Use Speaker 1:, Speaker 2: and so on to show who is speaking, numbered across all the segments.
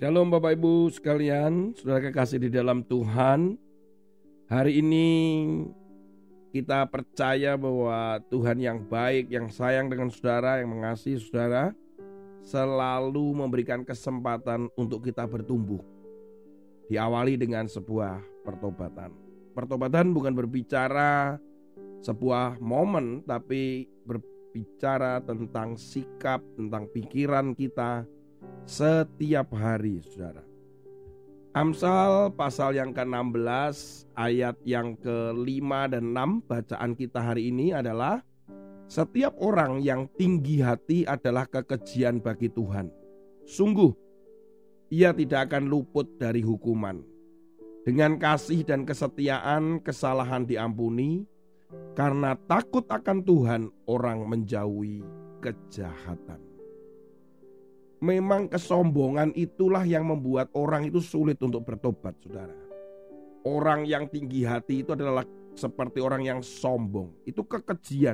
Speaker 1: Shalom Bapak Ibu sekalian, saudara kekasih di dalam Tuhan. Hari ini kita percaya bahwa Tuhan yang baik, yang sayang dengan saudara, yang mengasihi saudara, selalu memberikan kesempatan untuk kita bertumbuh. Diawali dengan sebuah pertobatan. Pertobatan bukan berbicara sebuah momen, tapi berbicara tentang sikap, tentang pikiran kita setiap hari, saudara. Amsal pasal yang ke-16 ayat yang ke-5 dan 6 bacaan kita hari ini adalah: setiap orang yang tinggi hati adalah kekejian bagi Tuhan. Sungguh, ia tidak akan luput dari hukuman. Dengan kasih dan kesetiaan kesalahan diampuni, karena takut akan Tuhan orang menjauhi kejahatan. Memang kesombongan itulah yang membuat orang itu sulit untuk bertobat, saudara. Orang yang tinggi hati itu adalah seperti orang yang sombong. Itu kekejian.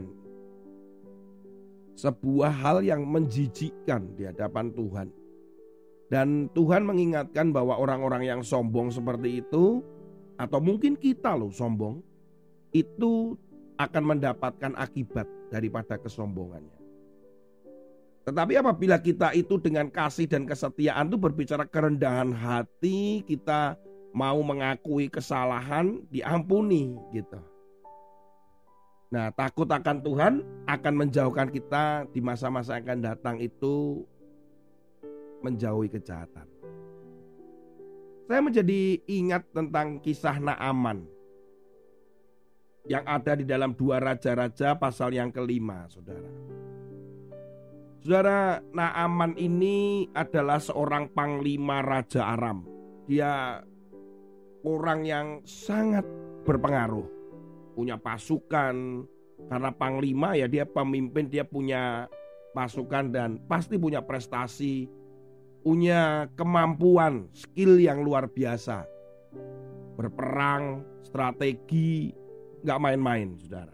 Speaker 1: Sebuah hal yang menjijikkan di hadapan Tuhan. Dan Tuhan mengingatkan bahwa orang-orang yang sombong seperti itu, atau mungkin kita sombong, itu akan mendapatkan akibat daripada kesombongannya. Tetapi apabila kita itu dengan kasih dan kesetiaan itu berbicara kerendahan hati, kita mau mengakui kesalahan, diampuni gitu. Nah, takut akan Tuhan akan menjauhkan kita di masa-masa yang akan datang itu menjauhi kejahatan. Saya menjadi ingat tentang kisah Naaman yang ada di dalam 2 Raja-Raja pasal yang ke-5, saudara. Saudara, Naaman ini adalah seorang panglima Raja Aram. Dia orang yang sangat berpengaruh, punya pasukan. Karena panglima ya dia pemimpin, dia punya pasukan dan pasti punya prestasi, punya kemampuan, skill yang luar biasa. Berperang, strategi, gak main-main, saudara.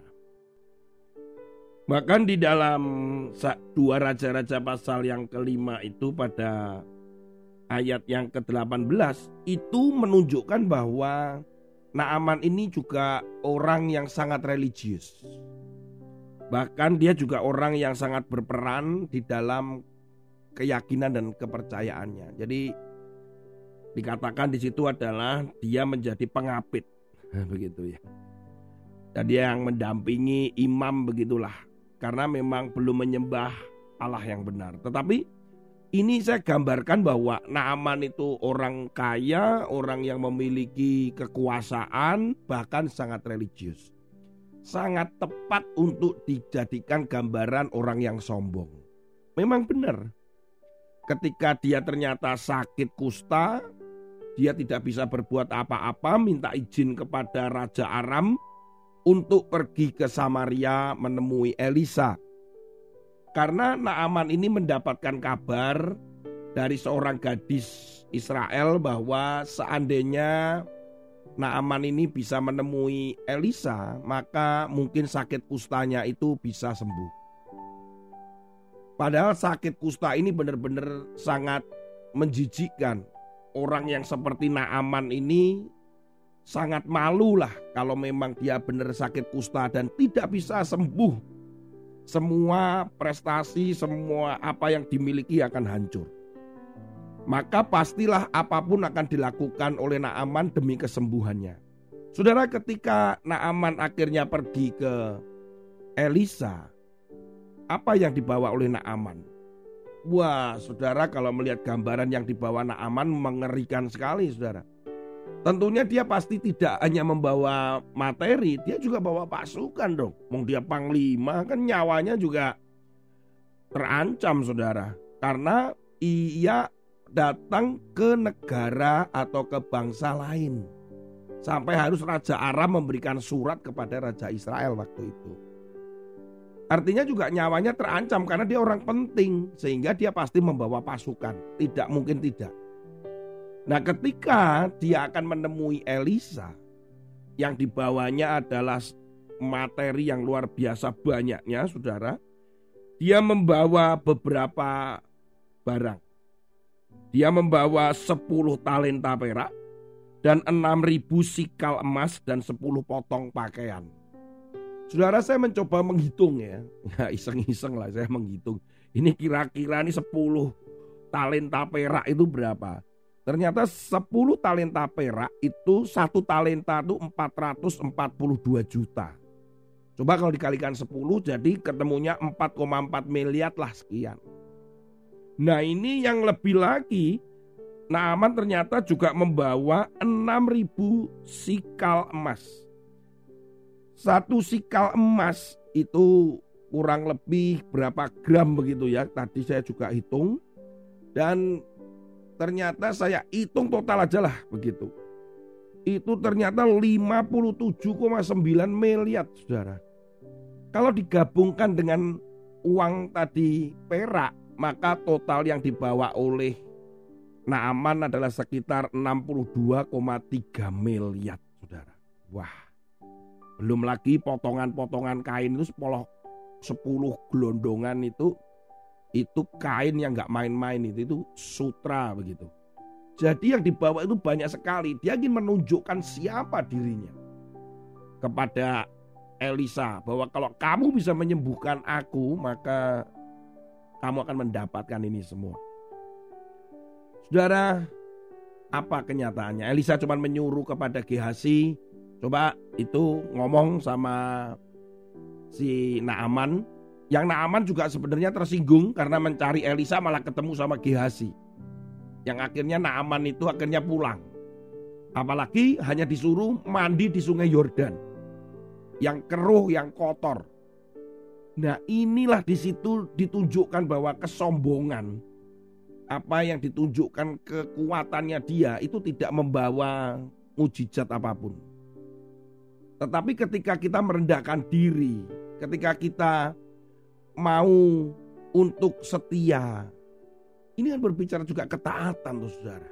Speaker 1: Bahkan di dalam 2 Raja-Raja pasal yang ke-5 itu pada ayat yang ke-18 itu menunjukkan bahwa Naaman ini juga orang yang sangat religius. Bahkan dia juga orang yang sangat berperan di dalam keyakinan dan kepercayaannya. Jadi dikatakan di situ adalah dia menjadi pengapit, begitu ya. Dan dia yang mendampingi imam begitulah. Karena memang belum menyembah Allah yang benar. Tetapi ini saya gambarkan bahwa Naaman itu orang kaya, orang yang memiliki kekuasaan, bahkan sangat religius. Sangat tepat untuk dijadikan gambaran orang yang sombong. Memang benar. Ketika dia ternyata sakit kusta, dia tidak bisa berbuat apa-apa, minta izin kepada Raja Aram untuk pergi ke Samaria menemui Elisa. Karena Naaman ini mendapatkan kabar dari seorang gadis Israel bahwa seandainya Naaman ini bisa menemui Elisa, maka mungkin sakit kustanya itu bisa sembuh. Padahal sakit kusta ini benar-benar sangat menjijikkan. Orang yang seperti Naaman ini sangat malu lah kalau memang dia benar sakit kusta dan tidak bisa sembuh. Semua prestasi, semua apa yang dimiliki akan hancur. Maka pastilah apapun akan dilakukan oleh Naaman demi kesembuhannya. Saudara, ketika Naaman akhirnya pergi ke Elisa, apa yang dibawa oleh Naaman? Wah, saudara, kalau melihat gambaran yang dibawa Naaman mengerikan sekali, saudara. Tentunya dia pasti tidak hanya membawa materi, dia juga bawa pasukan dong. Dia panglima, kan nyawanya juga terancam, saudara. Karena ia datang ke negara atau ke bangsa lain. Sampai harus Raja Aram memberikan surat kepada Raja Israel waktu itu. Artinya juga nyawanya terancam karena dia orang penting. Sehingga dia pasti membawa pasukan, tidak mungkin tidak. Nah, ketika dia akan menemui Elisa, yang dibawanya adalah materi yang luar biasa banyaknya, saudara. Dia membawa beberapa barang. Dia membawa 10 talenta perak dan 6.000 sikal emas dan 10 potong pakaian. Saudara, saya mencoba menghitung ya. Iseng-iseng lah saya menghitung. Ini kira-kira nih 10 talenta perak itu berapa? Ternyata 10 talenta perak itu 1 talenta itu 442 juta. Coba kalau dikalikan 10 jadi ketemunya 4,4 miliar lah sekian. Nah ini yang lebih lagi, Naaman ternyata juga membawa 6.000 sikal emas. 1 sikal emas itu kurang lebih berapa gram begitu ya. Tadi saya juga hitung. Dan ternyata saya hitung total aja lah begitu. Itu ternyata 57,9 miliar saudara. Kalau digabungkan dengan uang tadi perak, maka total yang dibawa oleh Naaman adalah sekitar 62,3 miliar saudara. Wah, belum lagi potongan-potongan kain itu 10 gelondongan itu kain yang gak main-main, itu sutra begitu. Jadi yang dibawa itu banyak sekali. Dia ingin menunjukkan siapa dirinya kepada Elisa, bahwa kalau kamu bisa menyembuhkan aku, maka kamu akan mendapatkan ini semua. Saudara, apa kenyataannya? Elisa cuma menyuruh kepada Gehazi, coba itu ngomong sama si Naaman. Yang Naaman juga sebenarnya tersinggung karena mencari Elisa malah ketemu sama Gehazi. Yang akhirnya Naaman itu akhirnya pulang. Apalagi hanya disuruh mandi di sungai Yordan. Yang keruh, yang kotor. Nah inilah di situ ditunjukkan bahwa kesombongan, apa yang ditunjukkan kekuatannya dia itu tidak membawa mujizat apapun. Tetapi ketika kita merendahkan diri, ketika kita mau untuk setia, ini kan berbicara juga ketaatan tuh saudara.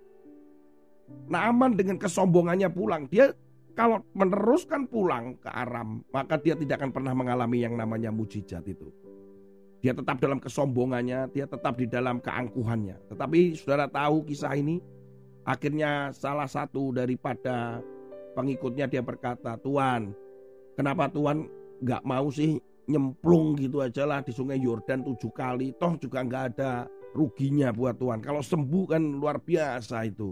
Speaker 1: Naaman dengan kesombongannya pulang, dia kalau meneruskan pulang ke Aram, maka dia tidak akan pernah mengalami yang namanya mujizat itu. Dia tetap dalam kesombongannya, dia tetap di dalam keangkuhannya. Tetapi saudara tahu kisah ini, akhirnya salah satu daripada pengikutnya dia berkata, Tuhan, kenapa Tuhan gak mau sih nyemplung gitu aja lah di sungai Yordan 7 kali, toh juga gak ada ruginya buat Tuhan. Kalau sembuh kan luar biasa itu.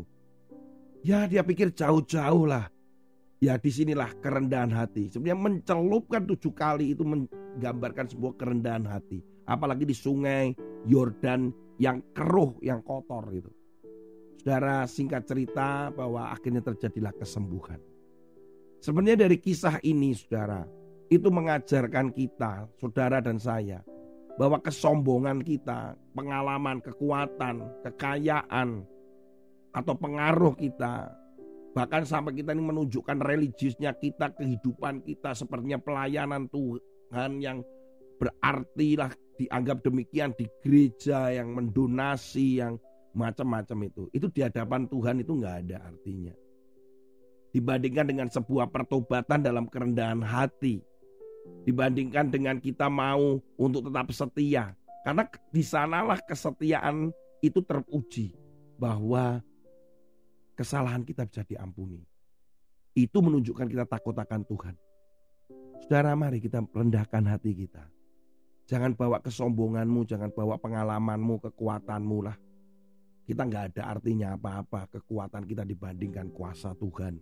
Speaker 1: Ya dia pikir jauh-jauh lah. Ya disinilah kerendahan hati. Sebenarnya mencelupkan 7 kali itu menggambarkan sebuah kerendahan hati. Apalagi di sungai Yordan yang keruh, yang kotor itu. Saudara, singkat cerita bahwa akhirnya terjadilah kesembuhan. Sebenarnya dari kisah ini saudara, itu mengajarkan kita, saudara dan saya, bahwa kesombongan kita, pengalaman, kekuatan, kekayaan, atau pengaruh kita, bahkan sampai kita ini menunjukkan religiusnya kita, kehidupan kita sepertinya pelayanan Tuhan yang berarti lah dianggap demikian di gereja, yang mendonasi, yang macam-macam itu di hadapan Tuhan itu nggak ada artinya. Dibandingkan dengan sebuah pertobatan dalam kerendahan hati, dibandingkan dengan kita mau untuk tetap setia, karena di sanalah kesetiaan itu teruji bahwa kesalahan kita bisa diampuni. Itu menunjukkan kita takut akan Tuhan. Saudara, mari kita rendahkan hati kita. Jangan bawa kesombonganmu, jangan bawa pengalamanmu, kekuatanmu lah. Kita gak ada artinya apa-apa kekuatan kita dibandingkan kuasa Tuhan.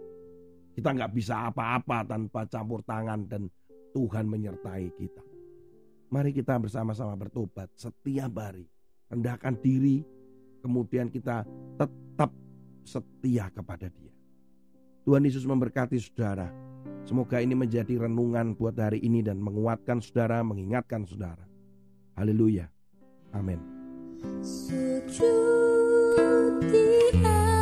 Speaker 1: Kita gak bisa apa-apa tanpa campur tangan dan Tuhan menyertai kita. Mari kita bersama-sama bertobat setiap hari. Rendahkan diri, kemudian kita tetap setia kepada Dia. Tuhan Yesus memberkati saudara. Semoga ini menjadi renungan buat hari ini dan menguatkan saudara, mengingatkan saudara. Haleluya. Amin.
Speaker 2: Sujud di